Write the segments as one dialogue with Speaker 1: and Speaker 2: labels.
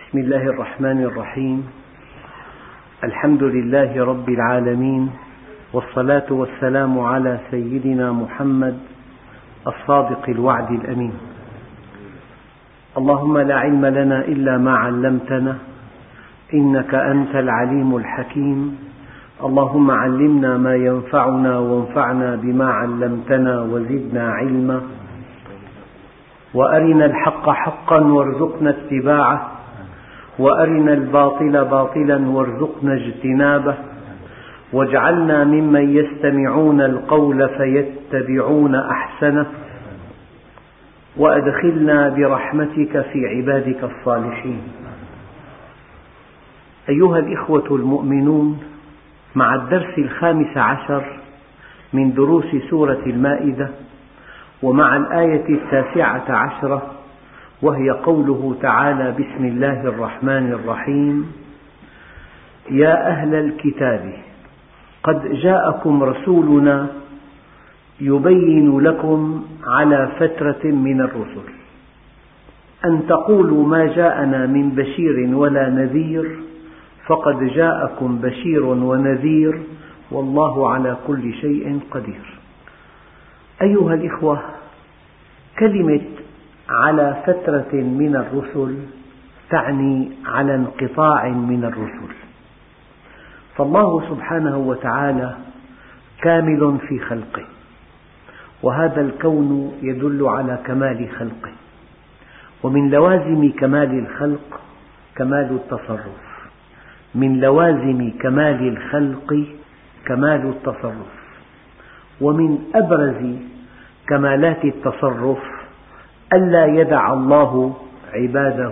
Speaker 1: بسم الله الرحمن الرحيم. الحمد لله رب العالمين، والصلاة والسلام على سيدنا محمد الصادق الوعد الأمين. اللهم لا علم لنا إلا ما علمتنا إنك أنت العليم الحكيم. اللهم علمنا ما ينفعنا وانفعنا بما علمتنا وزدنا علما، وأرنا الحق حقا وارزقنا اتباعه، وأرنا الباطل باطلا وارزقنا اجتنابه، واجعلنا ممن يستمعون القول فيتبعون أحسنه، وأدخلنا برحمتك في عبادك الصالحين. أيها الإخوة المؤمنون، مع الدرس 15 من دروس سورة المائدة، ومع الآية 19 وهي قوله تعالى: بسم الله الرحمن الرحيم. يا أهل الكتاب قد جاءكم رسولنا يبين لكم على فترة من الرسل أن تقولوا ما جاءنا من بشير ولا نذير، فقد جاءكم بشير ونذير والله على كل شيء قدير. أيها الإخوة، كلمة على فترة من الرسل تعني على انقطاع من الرسل، فالله سبحانه وتعالى كامل في خلقه، وهذا الكون يدل على كمال خلقه، ومن لوازم كمال الخلق كمال التصرف، من لوازم كمال الخلق كمال التصرف، ومن أبرز كمالات التصرف ألا يدع الله عباده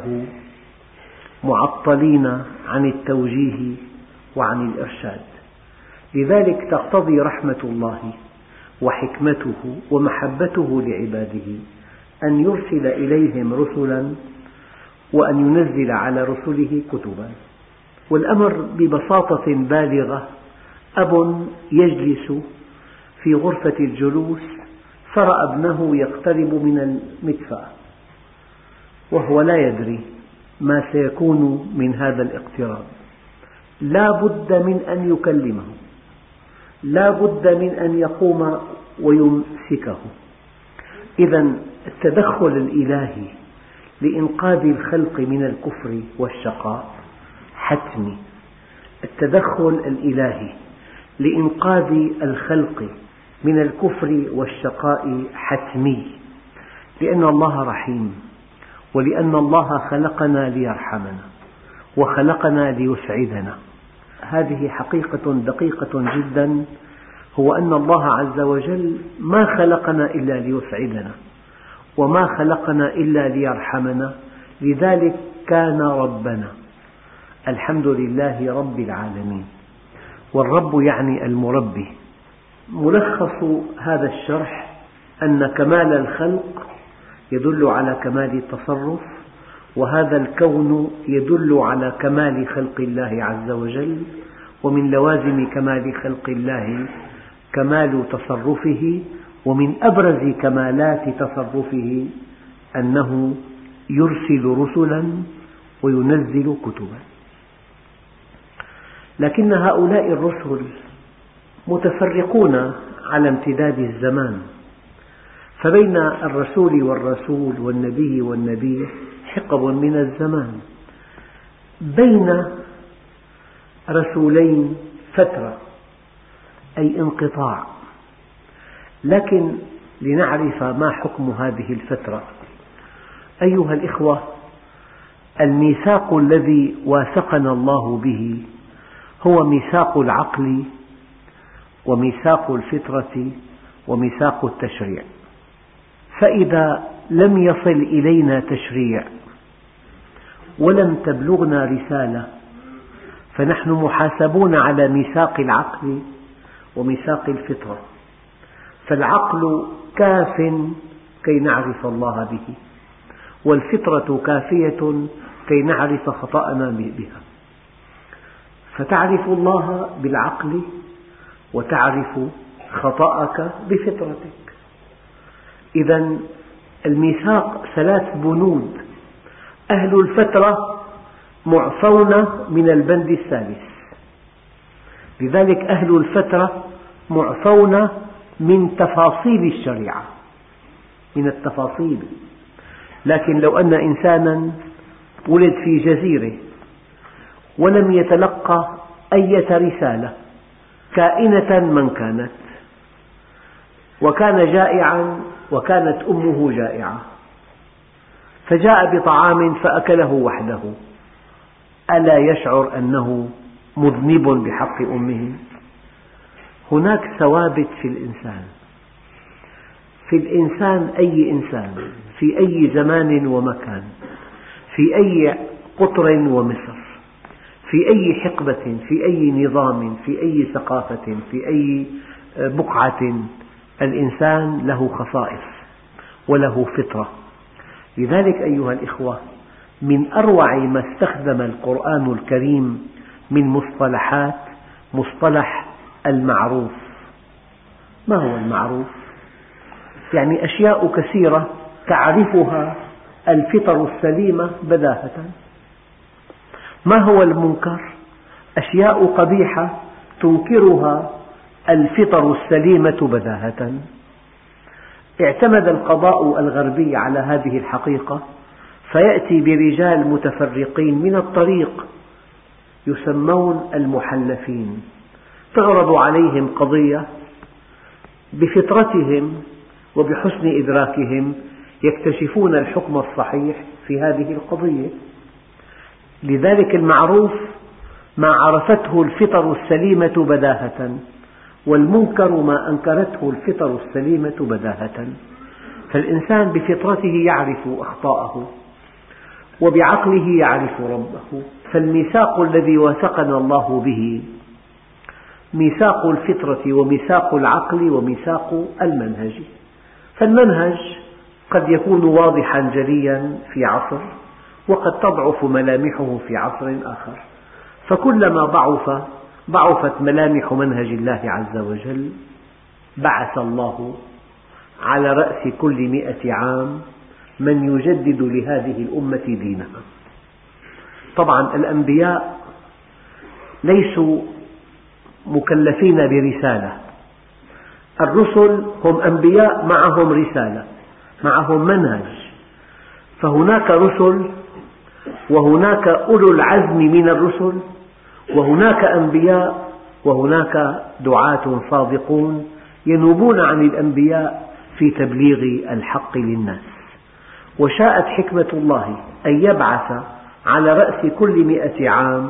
Speaker 1: معطلين عن التوجيه وعن الإرشاد. لذلك تقتضي رحمة الله وحكمته ومحبته لعباده أن يرسل إليهم رسلا، وأن ينزل على رسله كتبا. والأمر ببساطة بالغة: أب يجلس في غرفة الجلوس فرأى ابنه يقترب من المدفأة، وهو لا يدري ما سيكون من هذا الاقتراب. لا بد من أن يكلمه، لا بد من أن يقوم ويمسكه. إذا التدخل الإلهي لإنقاذ الخلق من الكفر والشقاء حتمي، التدخل الإلهي لإنقاذ الخلق من الكفر والشقاء حتمي، لأن الله رحيم، ولأن الله خلقنا ليرحمنا وخلقنا ليسعدنا. هذه حقيقة دقيقة جدا، هو أن الله عز وجل ما خلقنا إلا ليسعدنا، وما خلقنا إلا ليرحمنا. لذلك كان ربنا. الحمد لله رب العالمين، والرب يعني المربي. ملخص هذا الشرح أن كمال الخلق يدل على كمال التصرف، وهذا الكون يدل على كمال خلق الله عز وجل، ومن لوازم كمال خلق الله كمال تصرفه، ومن أبرز كمالات تصرفه أنه يرسل رسلا وينزل كتبا. لكن هؤلاء الرسل متفرقون على امتداد الزمان، فبين الرسول والرسول والنبي والنبي حقب من الزمان، بين رسولين فترة، أي انقطاع. لكن لنعرف ما حكم هذه الفترة، أيها الإخوة، الميثاق الذي واثقنا الله به هو ميثاق العقل، وميثاق الفطرة، وميثاق التشريع. فإذا لم يصل إلينا تشريع ولم تبلغنا رسالة، فنحن محاسبون على ميثاق العقل وميثاق الفطرة. فالعقل كاف كي نعرف الله به، والفطرة كافية كي نعرف خطأنا بها. فتعرف الله بالعقل، وتعرف خطأك بفطرتك. إذا الميثاق 3 بنود: أهل الفترة معفون من البند الثالث. لذلك أهل الفترة معفون من تفاصيل الشريعة، من التفاصيل. لكن لو أن إنسانا ولد في جزيرة ولم يتلقى أي رسالة كائنة من كانت، وكان جائعا وكانت أمه جائعة، فجاء بطعام فأكله وحده، ألا يشعر أنه مذنب بحق أمه؟ هناك ثوابت في الإنسان، في الإنسان أي إنسان في أي زمان ومكان، في أي قطر ومصر، في أي حقبة، في أي نظام، في أي ثقافة، في أي بقعة، الإنسان له خصائص وله فطرة. لذلك أيها الإخوة، من أروع ما استخدم القرآن الكريم من مصطلحات مصطلح المعروف. ما هو المعروف؟ يعني أشياء كثيرة تعرفها الفطر السليمة بداهة. ما هو المنكر؟ أشياء قبيحة تنكرها الفطر السليمة بداهة. اعتمد القضاء الغربي على هذه الحقيقة، فيأتي برجال متفرقين من الطريق يسمون المحلفين، تعرض عليهم قضية بفطرتهم وبحسن إدراكهم يكتشفون الحكم الصحيح في هذه القضية. لذلك المعروف ما عرفته الفطر السليمة بداهة، والمنكر ما أنكرته الفطر السليمة بداهة. فالإنسان بفطرته يعرف أخطاءه، وبعقله يعرف ربه. فالميثاق الذي واثقنا الله به ميثاق الفطرة وميثاق العقل وميثاق المنهج. فالمنهج قد يكون واضحا جليا في عصر، وقد تضعف ملامحه في عصر آخر، فكلما ضعفت ملامح منهج الله عز وجل بعث الله على رأس كل 100 عام من يجدد لهذه الأمة دينها. طبعا الأنبياء ليسوا مكلفين برسالة، الرسل هم أنبياء معهم رسالة، معهم منهج. فهناك رسل، وهناك أولو العزم من الرسل، وهناك أنبياء، وهناك دعاة صادقون ينوبون عن الأنبياء في تبليغ الحق للناس. وشاءت حكمة الله أن يبعث على رأس كل 100 عام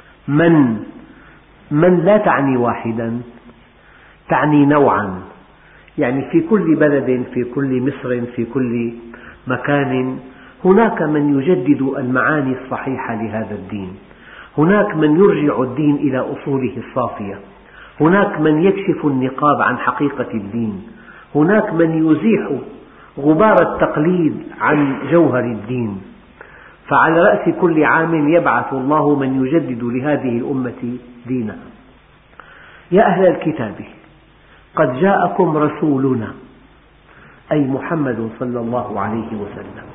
Speaker 1: من لا تعني واحدا، تعني نوعا. يعني في كل بلد، في كل مصر، في كل مكان هناك من يجدد المعاني الصحيحة لهذا الدين، هناك من يرجع الدين إلى أصوله الصافية، هناك من يكشف النقاب عن حقيقة الدين، هناك من يزيح غبار التقليد عن جوهر الدين. فعلى رأس كل عام يبعث الله من يجدد لهذه الأمة دينها. يا أهل الكتاب قد جاءكم رسولنا، أي محمد صلى الله عليه وسلم،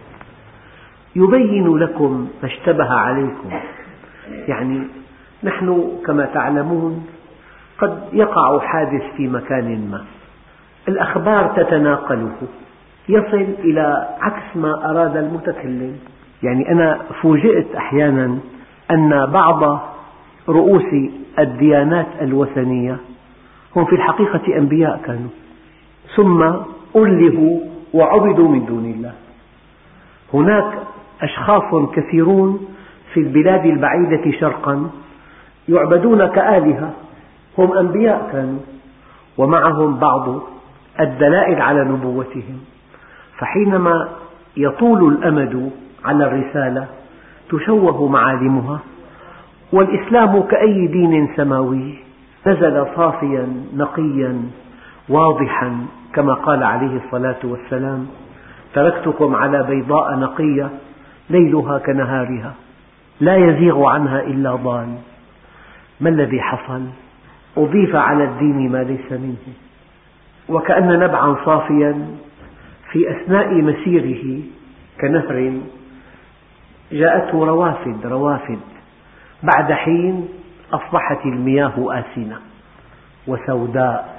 Speaker 1: يبين لكم ما اشتبه عليكم. يعني نحن كما تعلمون قد يقع حادث في مكان ما، الأخبار تتناقله، يصل إلى عكس ما أراد المتكلم. يعني أنا فوجئت أحيانا أن بعض رؤوس الديانات الوثنية هم في الحقيقة أنبياء كانوا، ثم ألهوا وعبدوا من دون الله. هناك أشخاص كثيرون في البلاد البعيدة شرقا يعبدون كآلهة، هم أنبياء كانوا ومعهم بعض الدلائل على نبوتهم. فحينما يطول الأمد على الرسالة تشوه معالمها. والإسلام كأي دين سماوي نزل صافيا نقيا واضحا، كما قال عليه الصلاة والسلام: تركتكم على بيضاء نقية ليلها كنهارها لا يزيغ عنها إلا ضال. ما الذي حصل؟ أضيف على الدين ما ليس منه، وكأن نبعا صافيا في أثناء مسيره كنهر جاءته روافد، بعد حين أصبحت المياه آسنة وسوداء،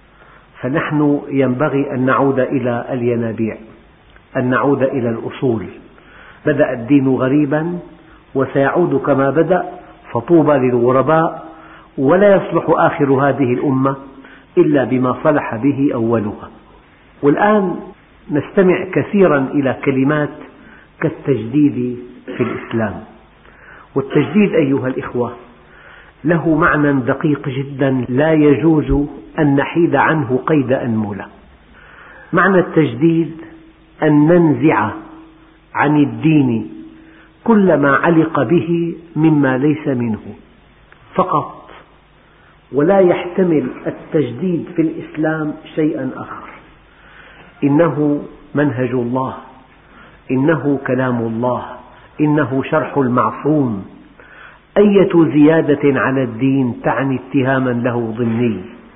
Speaker 1: فنحن ينبغي أن نعود إلى الينابيع، أن نعود إلى الأصول. بدأ الدين غريبا وسيعود كما بدأ، فطوبى للغرباء، ولا يصلح آخر هذه الأمة إلا بما صلح به أولها. والآن نستمع كثيرا إلى كلمات كالتجديد في الإسلام، والتجديد أيها الإخوة له معنى دقيق جدا لا يجوز أن نحيد عنه قيد أنملة. معنى التجديد أن ننزع عن الدين كل ما علق به مما ليس منه فقط، ولا يحتمل التجديد في الإسلام شيئا آخر. إنه منهج الله، إنه كلام الله، إنه شرح المعصوم. أية زيادة على الدين تعني اتهاما له ضمني،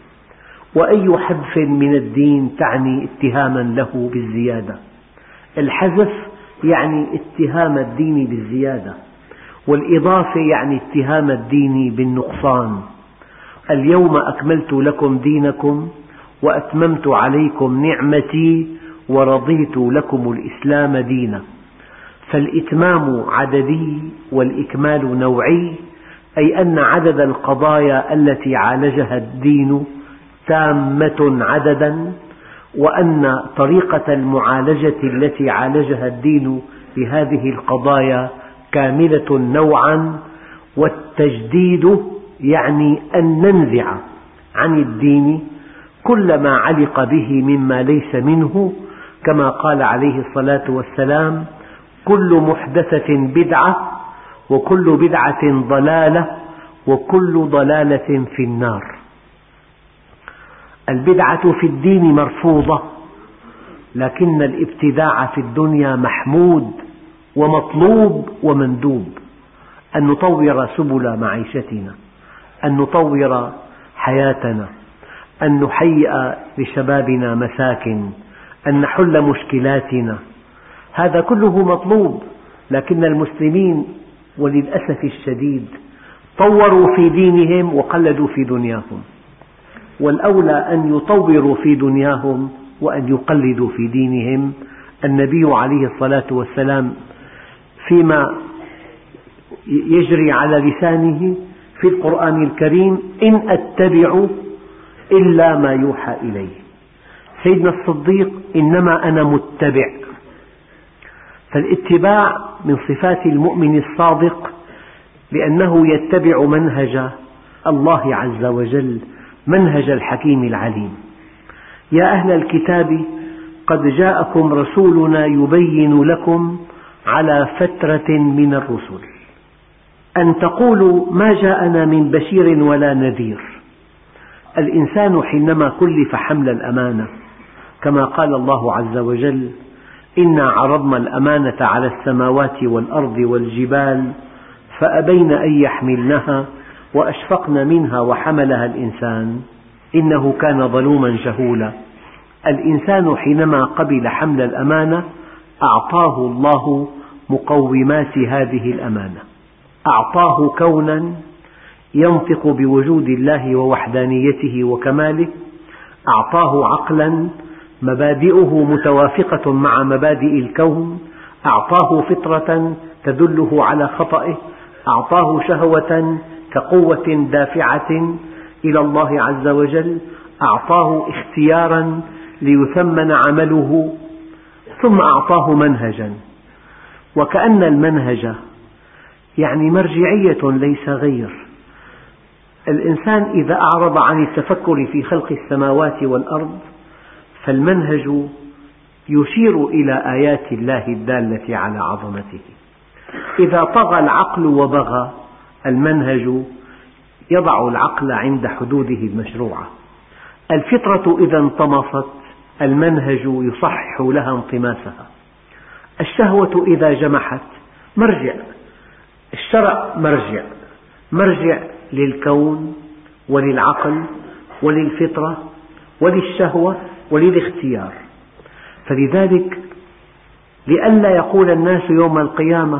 Speaker 1: وأي حذف من الدين تعني اتهاما له بالزيادة. الحذف يعني اتهام الدين بالزيادة، والإضافة يعني اتهام الدين بالنقصان. اليوم أكملت لكم دينكم وأتممت عليكم نعمتي ورضيت لكم الإسلام دينا. فالإتمام عددي والإكمال نوعي، أي أن عدد القضايا التي عالجها الدين تامة عددا، وأن طريقة المعالجة التي عالجها الدين لهذه القضايا كاملة نوعا. والتجديد يعني أن ننزع عن الدين كل ما علق به مما ليس منه، كما قال عليه الصلاة والسلام: كل محدثة بدعة، وكل بدعة ضلالة، وكل ضلالة في النار. البدعة في الدين مرفوضة، لكن الابتداع في الدنيا محمود ومطلوب ومندوب. أن نطور سبل معيشتنا، أن نطور حياتنا، أن نهيئ لشبابنا مساكن، أن نحل مشكلاتنا، هذا كله مطلوب. لكن المسلمين وللأسف الشديد طوروا في دينهم وقلدوا في دنياهم، والأولى أن يطوروا في دنياهم وأن يقلدوا في دينهم. النبي عليه الصلاة والسلام فيما يجري على لسانه في القرآن الكريم: إن أتبع إلا ما يوحى إلي. سيدنا الصديق: إنما أنا متبع. فالاتباع من صفات المؤمن الصادق، لأنه يتبع منهج الله عز وجل، منهج الحكيم العليم. يا أهل الكتاب قد جاءكم رسولنا يبين لكم على فترة من الرسل أن تقولوا ما جاءنا من بشير ولا نذير. الإنسان حينما كلف حمل الأمانة، كما قال الله عز وجل: إنا عرضنا الأمانة على السماوات والأرض والجبال فأبين أن يحملنها وأشفقن منها وحملها الإنسان إنه كان ظلوما جهولا. الإنسان حينما قبل حمل الأمانة أعطاه الله مقومات هذه الأمانة، أعطاه كونا ينطق بوجود الله ووحدانيته وكماله، أعطاه عقلا مبادئه متوافقة مع مبادئ الكون، أعطاه فطرة تدله على خطئه، أعطاه شهوة كقوة دافعة إلى الله عز وجل، أعطاه اختيارا ليثمن عمله، ثم أعطاه منهجا. وكأن المنهج يعني مرجعية ليس غير. الإنسان إذا أعرض عن التفكر في خلق السماوات والأرض فالمنهج يشير إلى آيات الله الدالة على عظمته. إذا طغى العقل وبغى المنهج يضع العقل عند حدوده المشروعة. الفطرة إذا انطمست المنهج يصحح لها انطماسها. الشهوة إذا جمحت مرجع، الشرع مرجع للكون وللعقل وللفطرة وللشهوة وللاختيار. فلذلك لئلا يقول الناس يوم القيامة: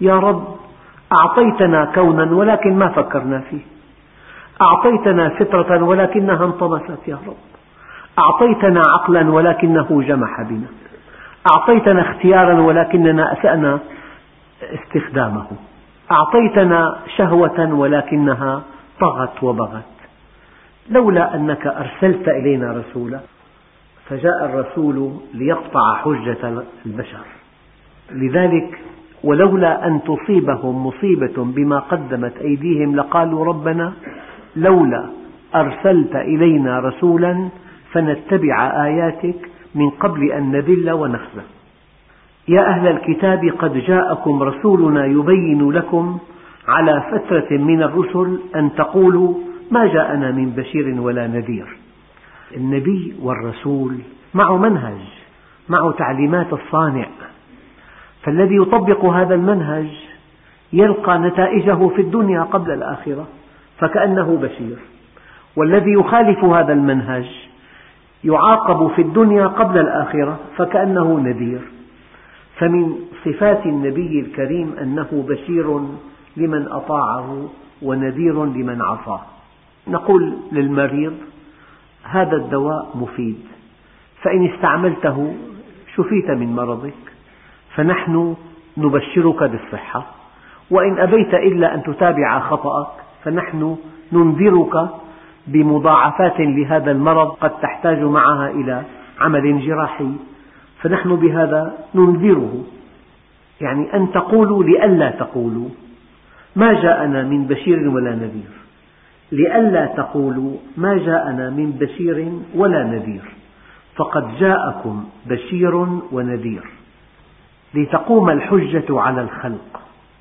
Speaker 1: يا رب أعطيتنا كونا ولكن ما فكرنا فيه، أعطيتنا فطرة ولكنها انطمست يا رب، أعطيتنا عقلا ولكنه جمح بنا، أعطيتنا اختيارا ولكننا أسأنا استخدامه، أعطيتنا شهوة ولكنها طغت وبغت، لولا أنك أرسلت إلينا رسولا. فجاء الرسول ليقطع حجة البشر. لذلك ولولا أن تصيبهم مصيبة بما قدمت أيديهم لقالوا ربنا لولا أرسلت إلينا رسولا فنتبع آياتك من قبل أن نذل ونخزى. يا أهل الكتاب قد جاءكم رسولنا يبين لكم على فترة من الرسل أن تقولوا ما جاءنا من بشير ولا نذير. النبي والرسول معه منهج، معه تعليمات الصانع، فالذي يطبق هذا المنهج يلقى نتائجه في الدنيا قبل الآخرة فكأنه بشير، والذي يخالف هذا المنهج يعاقب في الدنيا قبل الآخرة فكأنه نذير. فمن صفات النبي الكريم أنه بشير لمن أطاعه ونذير لمن عصاه. نقول للمريض هذا الدواء مفيد، فإن استعملته شفيت من مرضك، فنحن نبشرك بالصحة، وإن أبيت إلا أن تتابع خطأك فنحن ننذرك بمضاعفات لهذا المرض قد تحتاج معها إلى عمل جراحي، فنحن بهذا ننذره. يعني أن تقولوا لئلا تقولوا ما جاءنا من بشير ولا نذير، لئلا تقولوا ما جاءنا من بشير ولا نذير، فقد جاءكم بشير ونذير لتقوم الحجة على الخلق،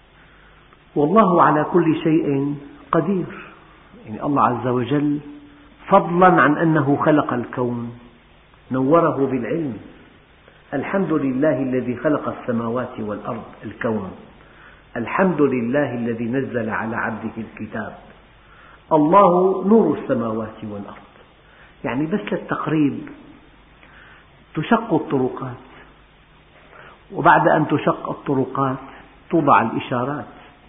Speaker 1: والله على كل شيء قدير. يعني الله عز وجل فضلا عن أنه خلق الكون نوره بالعلم. الحمد لله الذي خلق السماوات والأرض، الكون. الحمد لله الذي نزل على عبده الكتاب. الله نور السماوات والأرض. يعني بس للتقريب تشق الطرقات، وبعد أن تشق الطرقات توضع الإشارات،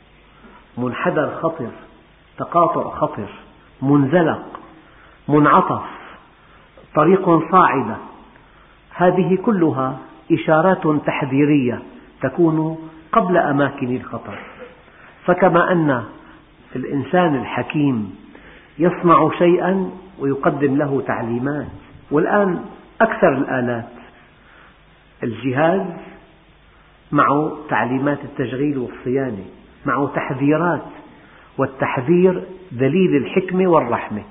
Speaker 1: منحدر خطر، تقاطع خطر، منزلق، منعطف، طريق صاعدة، هذه كلها إشارات تحذيرية تكون قبل أماكن الخطر. فكما أن الإنسان الحكيم يصنع شيئا ويقدم له تعليمات، والآن أكثر الآلات الجهاز معه تعليمات التشغيل والصيانة، معه تحذيرات، والتحذير دليل الحكمة والرحمة.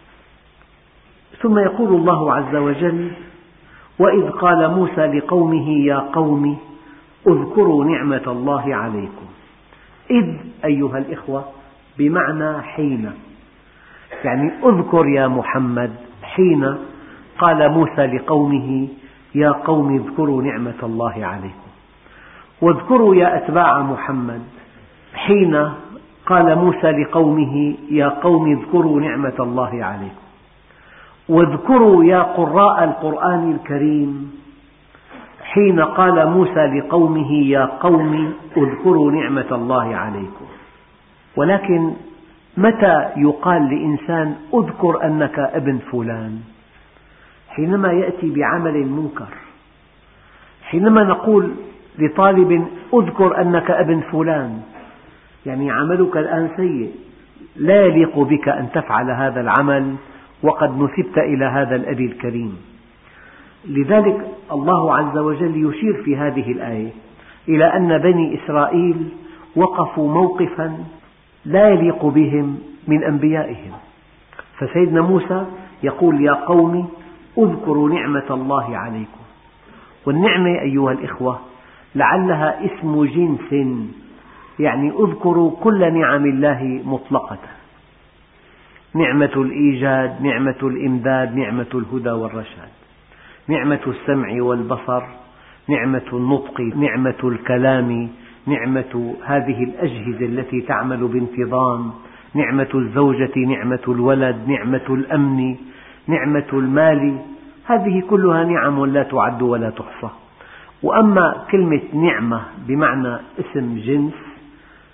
Speaker 1: ثم يقول الله عز وجل: وإذ قال موسى لقومه يا قوم اذكروا نعمة الله عليكم. إذ أيها الإخوة بمعنى حين، يعني اذكر يا محمد حين قال موسى لقومه يا قوم اذكروا نعمة الله عليكم، واذكروا يا أتباع محمد حين قال موسى لقومه يا قوم اذكروا نعمة الله عليكم، واذكروا يا قراء القرآن الكريم حين قال موسى لقومه يا قوم اذكروا نعمة الله عليكم. ولكن متى يقال لإنسان اذكر أنك ابن فلان؟ حينما يأتي بعمل منكر. حينما نقول لطالب اذكر أنك ابن فلان، يعني عملك الآن سيء، لا يليق بك أن تفعل هذا العمل وقد نسبت إلى هذا الأب الكريم. لذلك الله عز وجل يشير في هذه الآية إلى أن بني إسرائيل وقفوا موقفا لا يليق بهم من أنبيائهم، فسيدنا موسى يقول يا قوم اذكروا نعمة الله عليكم. والنعمة أيها الإخوة لعلها اسم جنس، يعني اذكروا كل نعم الله مطلقة: نعمة الإيجاد، نعمة الإمداد، نعمة الهدى والرشاد، نعمة السمع والبصر، نعمة النطق، نعمة الكلام، نعمة هذه الأجهزة التي تعمل بانتظام، نعمة الزوجة، نعمة الولد، نعمة الأمن، نعمة المال، هذه كلها نعم لا تعد ولا تحصى. وأما كلمة نعمة بمعنى اسم جنس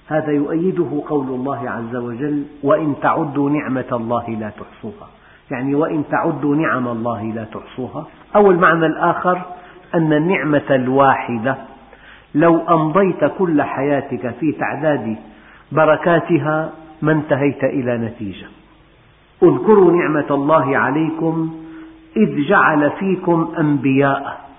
Speaker 1: هذا يؤيده قول الله عز وجل: وإن تعدوا نعمة الله لا تحصوها، يعني وإن تعدوا نعم الله لا تحصوها. أو المعنى الآخر أن النعمة الواحدة لو أمضيت كل حياتك في تعداد بركاتها ما انتهيت إلى نتيجة. اذكروا نعمة الله عليكم إذ جعل فيكم أنبياء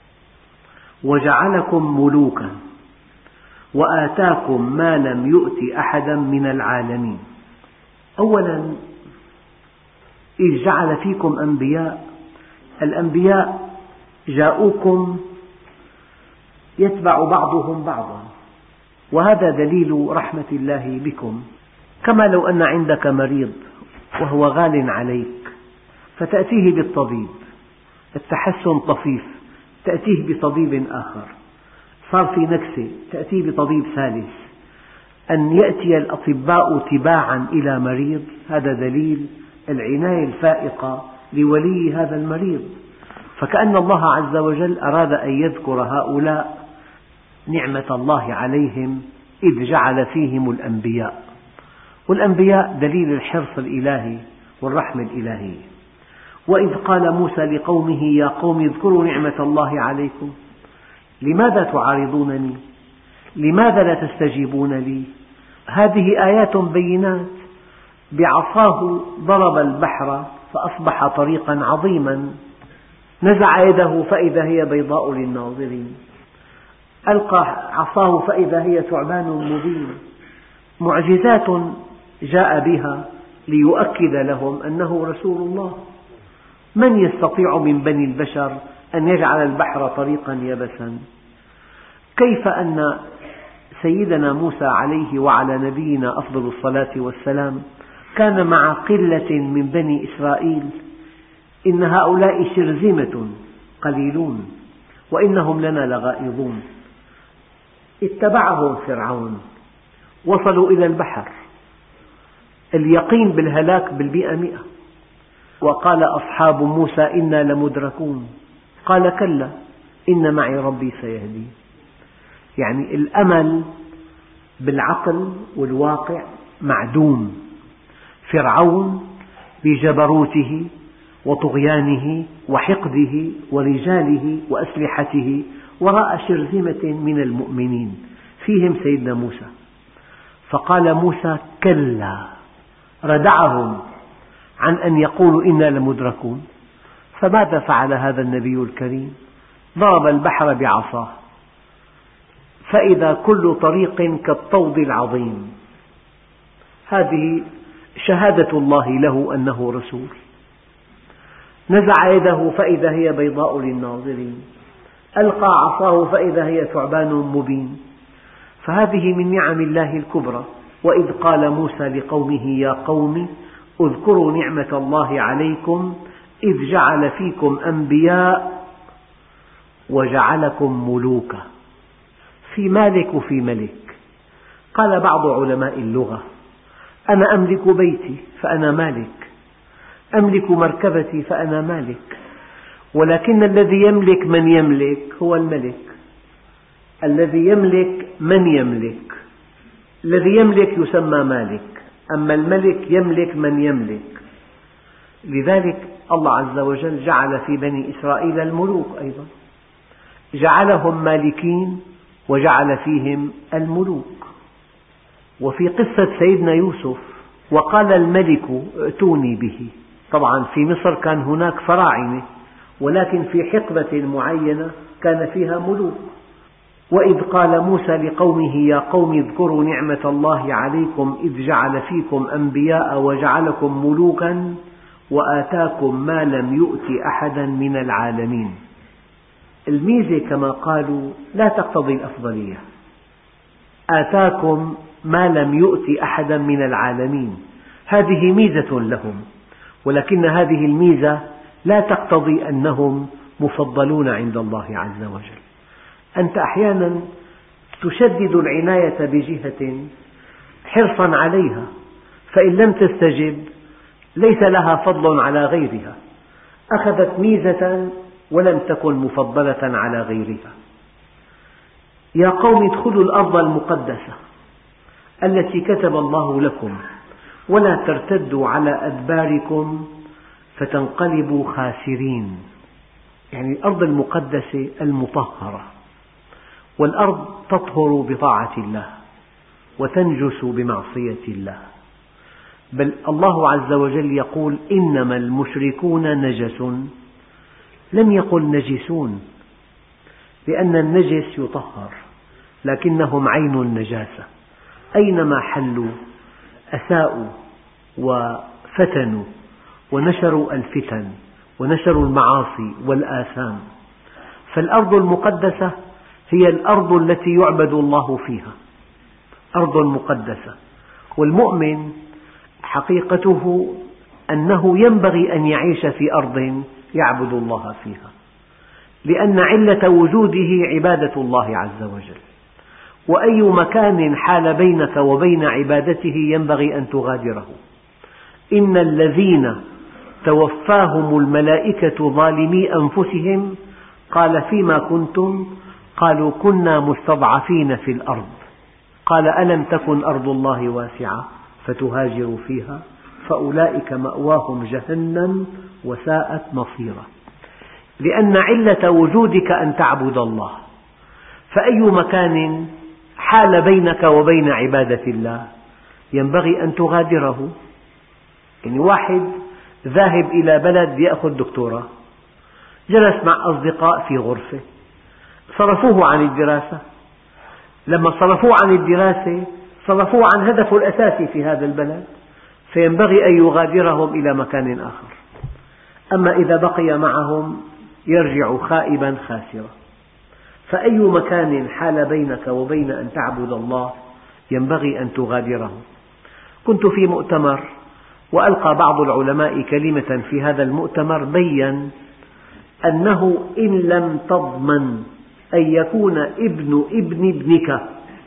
Speaker 1: وجعلكم ملوكا وآتاكم ما لم يؤت أحدا من العالمين. أولا، إذ جعل فيكم أنبياء، الأنبياء جاءوكم يتبع بعضهم بعضا، وهذا دليل رحمة الله بكم. كما لو أن عندك مريض وهو غال عليك فتأتيه بالطبيب، التحسن طفيف، تأتيه بطبيب آخر، صار في نكسة تأتيه بطبيب ثالث. أن يأتي الأطباء تباعا إلى مريض هذا دليل العناية الفائقة لولي هذا المريض. فكأن الله عز وجل أراد أن يذكر هؤلاء نعمة الله عليهم إذ جعل فيهم الأنبياء، والأنبياء دليل الحرص الإلهي والرحمة الإلهية. وإذ قال موسى لقومه يا قوم اذكروا نعمة الله عليكم لماذا تعارضونني؟ لماذا لا تستجيبون لي؟ هذه آيات بينات. بعصاه ضرب البحر فأصبح طريقا عظيما، نزع يده فإذا هي بيضاء للناظرين، ألقى عصاه فإذا هي ثعبان مبين. معجزات جاء بها ليؤكد لهم أنه رسول الله. من يستطيع من بني البشر أن يجعل البحر طريقا يبسا؟ كيف أن سيدنا موسى عليه وعلى نبينا أفضل الصلاة والسلام كان مع قلة من بني إسرائيل، إن هؤلاء شرذمة قليلون وإنهم لنا لغائظون. اتبعهم فرعون، وصلوا إلى البحر، اليقين بالهلاك بالمئة. وقال أصحاب موسى إنا لمدركون، قال كلا إن معي ربي سيهدين. يعني الأمل بالعقل والواقع معدوم. فرعون بجبروته وطغيانه وحقده ورجاله وأسلحته وراء شرذمة من المؤمنين فيهم سيدنا موسى، فقال موسى كلا، ردعهم عن أن يقولوا إنا لمدركون. فماذا فعل هذا النبي الكريم؟ ضرب البحر بعصاه فإذا كل طريق كالطود العظيم. هذه شهادة الله له أنه رسول. نزع يده فإذا هي بيضاء للناظرين، ألقى عصاه فإذا هي ثعبان مبين. فهذه من نعم الله الكبرى. وإذ قال موسى لقومه يا قوم اذكروا نعمة الله عليكم إذ جعل فيكم أنبياء وجعلكم ملوكا. في مالك وفي ملك. قال بعض علماء اللغة أنا أملك بيتي فأنا مالك، أملك مركبتي فأنا مالك، ولكن الذي يملك من يملك هو الملك. الذي يملك من يملك، الذي يملك يسمى مالك، أما الملك يملك من يملك. لذلك الله عز وجل جعل في بني إسرائيل الملوك أيضا، جعلهم مالكين وجعل فيهم الملوك. وفي قصة سيدنا يوسف وقال الملك ائتوني به. طبعا في مصر كان هناك فراعنة، ولكن في حقبة معينة كان فيها ملوك. وإذ قال موسى لقومه يا قوم اذكروا نعمة الله عليكم إذ جعل فيكم أنبياء وجعلكم ملوكا وآتاكم ما لم يؤت أحدا من العالمين. الميزة كما قالوا لا تقتضي الأفضلية. آتاكم ما لم يؤت أحدا من العالمين، هذه ميزة لهم، ولكن هذه الميزة لا تقتضي أنهم مفضلون عند الله عز وجل. أنت أحيانا تشدد العناية بجهة حرصا عليها، فإن لم تستجب ليس لها فضل على غيرها، أخذت ميزة ولم تكن مفضلة على غيرها. يا قوم ادخلوا الأرض المقدسة التي كتب الله لكم ولا ترتدوا على أدباركم فتنقلبوا خاسرين. يعني الأرض المقدسة المطهرة، والأرض تطهر بطاعة الله وتنجس بمعصية الله، بل الله عز وجل يقول إنما المشركون نجس، لم يقل نجسون، لأن النجس يطهر لكنهم عين النجاسة، أينما حلوا أساءوا وفتنوا ونشروا الفتن ونشروا المعاصي والآثام. فالأرض المقدسة هي الأرض التي يعبد الله فيها، أرض مقدسة، والمؤمن حقيقته أنه ينبغي أن يعيش في أرض يعبد الله فيها، لأن علة وجوده عبادة الله عز وجل، وأي مكان حال بينك وبين عبادته ينبغي أن تغادره. إن الذين توفاهم الملائكة ظالمي أنفسهم قال فيما كنتم؟ قالوا كنا مستضعفين في الأرض، قال ألم تكن أرض الله واسعة فتهاجروا فيها فأولئك مأواهم جهنم وساءت مصيرا. لأن علة وجودك أن تعبد الله، فأي مكان حال بينك وبين عبادة الله ينبغي أن تغادره. يعني واحد ذاهب إلى بلد يأخذ دكتوراه، جلس مع أصدقاء في غرفة، صرفوه عن الدراسة، لما صرفوه عن الدراسة صرفوه عن هدفه الأساسي في هذا البلد، فينبغي أن يغادرهم إلى مكان آخر. أما إذا بقي معهم يرجع خائبا خاسرا. فأي مكان حال بينك وبين أن تعبد الله ينبغي أن تغادره. كنت في مؤتمر وألقى بعض العلماء كلمة في هذا المؤتمر بيّن أنه إن لم تضمن أن يكون ابن ابن ابنك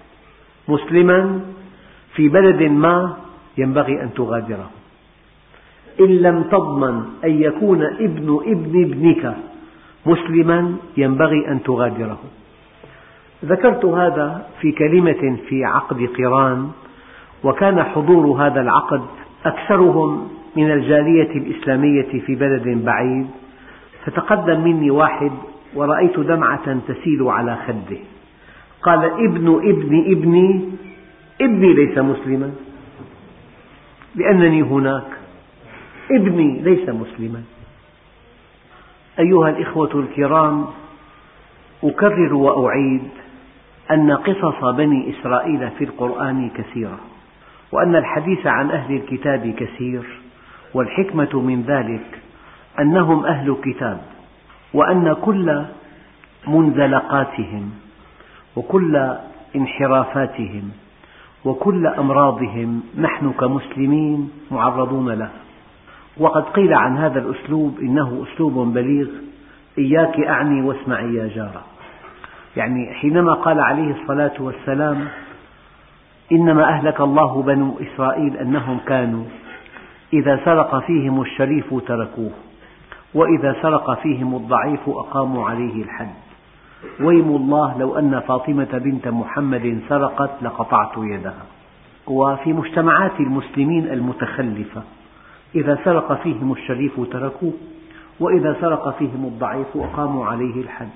Speaker 1: مسلما في بلد ما ينبغي أن تغادره. إن لم تضمن أن يكون ابن ابن ابنك مسلما ينبغي أن تغادره. ذكرت هذا في كلمة في عقد قران، وكان حضور هذا العقد أكثرهم من الجالية الإسلامية في بلد بعيد، فتقدم مني واحد ورأيت دمعة تسيل على خده، قال ابن ابن ابني، ابني ليس مسلما لأنني هناك، ابني ليس مسلما. أيها الإخوة الكرام، أكرر وأعيد أن قصص بني إسرائيل في القرآن كثيرة، وأن الحديث عن أهل الكتاب كثير، والحكمة من ذلك أنهم أهل كتاب، وأن كل منزلقاتهم وكل انحرافاتهم وكل أمراضهم نحن كمسلمين معرضون له. وقد قيل عن هذا الأسلوب إنه أسلوب بليغ، إياك أعني واسمعي يا جارة. يعني حينما قال عليه الصلاة والسلام إنما أهلك الله بنو إسرائيل أنهم كانوا إذا سرق فيهم الشريف تركوه، وإذا سرق فيهم الضعيف أقاموا عليه الحد، ويم الله لو أن فاطمة بنت محمد سرقت لقطعت يدها. وفي مجتمعات المسلمين المتخلفة إذا سرق فيهم الشريف تركوه، وإذا سرق فيهم الضعيف أقاموا عليه الحد.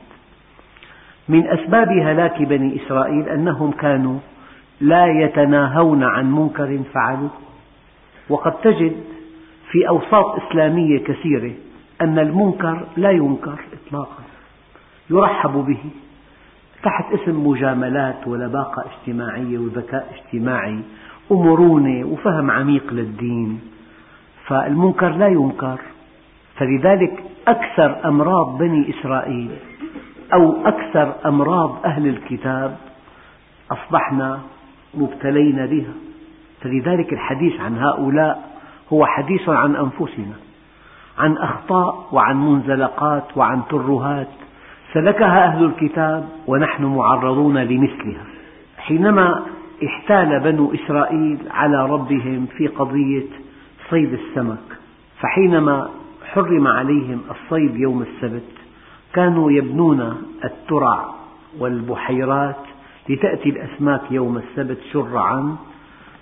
Speaker 1: من أسباب هلاك بني إسرائيل أنهم كانوا لا يتناهون عن منكر فعلوه. وقد تجد في أوساط إسلامية كثيرة أن المنكر لا ينكر إطلاقا، يرحب به تحت اسم مجاملات ولباقة اجتماعية وذكاء اجتماعي ومرونة وفهم عميق للدين، فالمنكر لا ينكر. فلذلك أكثر أمراض بني إسرائيل أو أكثر أمراض أهل الكتاب أصبحنا مبتلين بها. فلذلك الحديث عن هؤلاء هو حديث عن أنفسنا، عن أخطاء وعن منزلقات وعن ترهات سلكها أهل الكتاب ونحن معرضون لمثلها. حينما احتال بنو إسرائيل على ربهم في قضية صيد السمك، فحينما حرم عليهم الصيد يوم السبت كانوا يبنون الترع والبحيرات لتأتي الأسماك يوم السبت شرعا،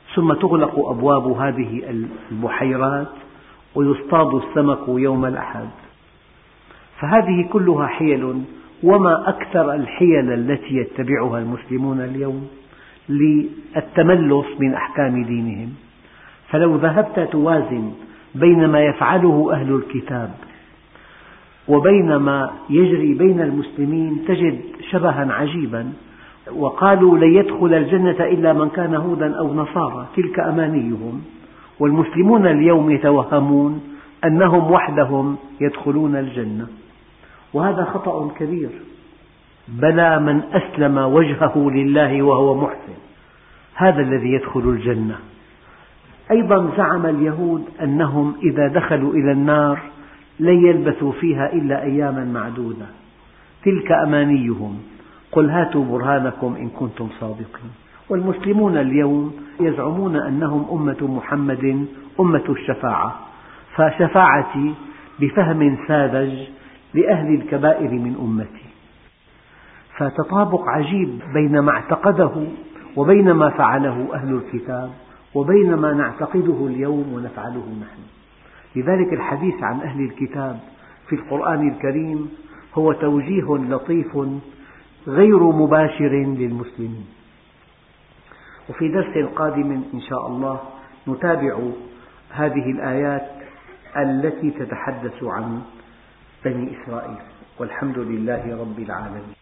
Speaker 1: ثم تغلق أبواب هذه البحيرات ويصطاد السمك يوم الأحد. فهذه كلها حيل، وما أكثر الحيل التي يتبعها المسلمون اليوم للتملص من أحكام دينهم. فلو ذهبت توازن بين ما يفعله أهل الكتاب وبين ما يجري بين المسلمين تجد شبها عجيبا. وقالوا لن يدخل الجنة إلا من كان هودا أو نصارى، تلك أمانيهم، والمسلمون اليوم يتوهمون أنهم وحدهم يدخلون الجنة، وهذا خطأ كبير. بلى من أسلم وجهه لله وهو محسن، هذا الذي يدخل الجنة. أيضا زعم اليهود أنهم إذا دخلوا إلى النار لن يلبثوا فيها إلا أياما معدودة، تلك أمانيهم، قل هاتوا برهانكم إن كنتم صادقين. والمسلمون اليوم يزعمون أنهم أمة محمد، أمة الشفاعة، فشفاعتي بفهم ساذج لأهل الكبائر من أمتي. فتطابق عجيب بين ما اعتقده وبين ما فعله أهل الكتاب وبين ما نعتقده اليوم ونفعله نحن. لذلك الحديث عن أهل الكتاب في القرآن الكريم هو توجيه لطيف غير مباشر للمسلمين. وفي درس قادم إن شاء الله نتابع هذه الآيات التي تتحدث عن بني إسرائيل، والحمد لله رب العالمين.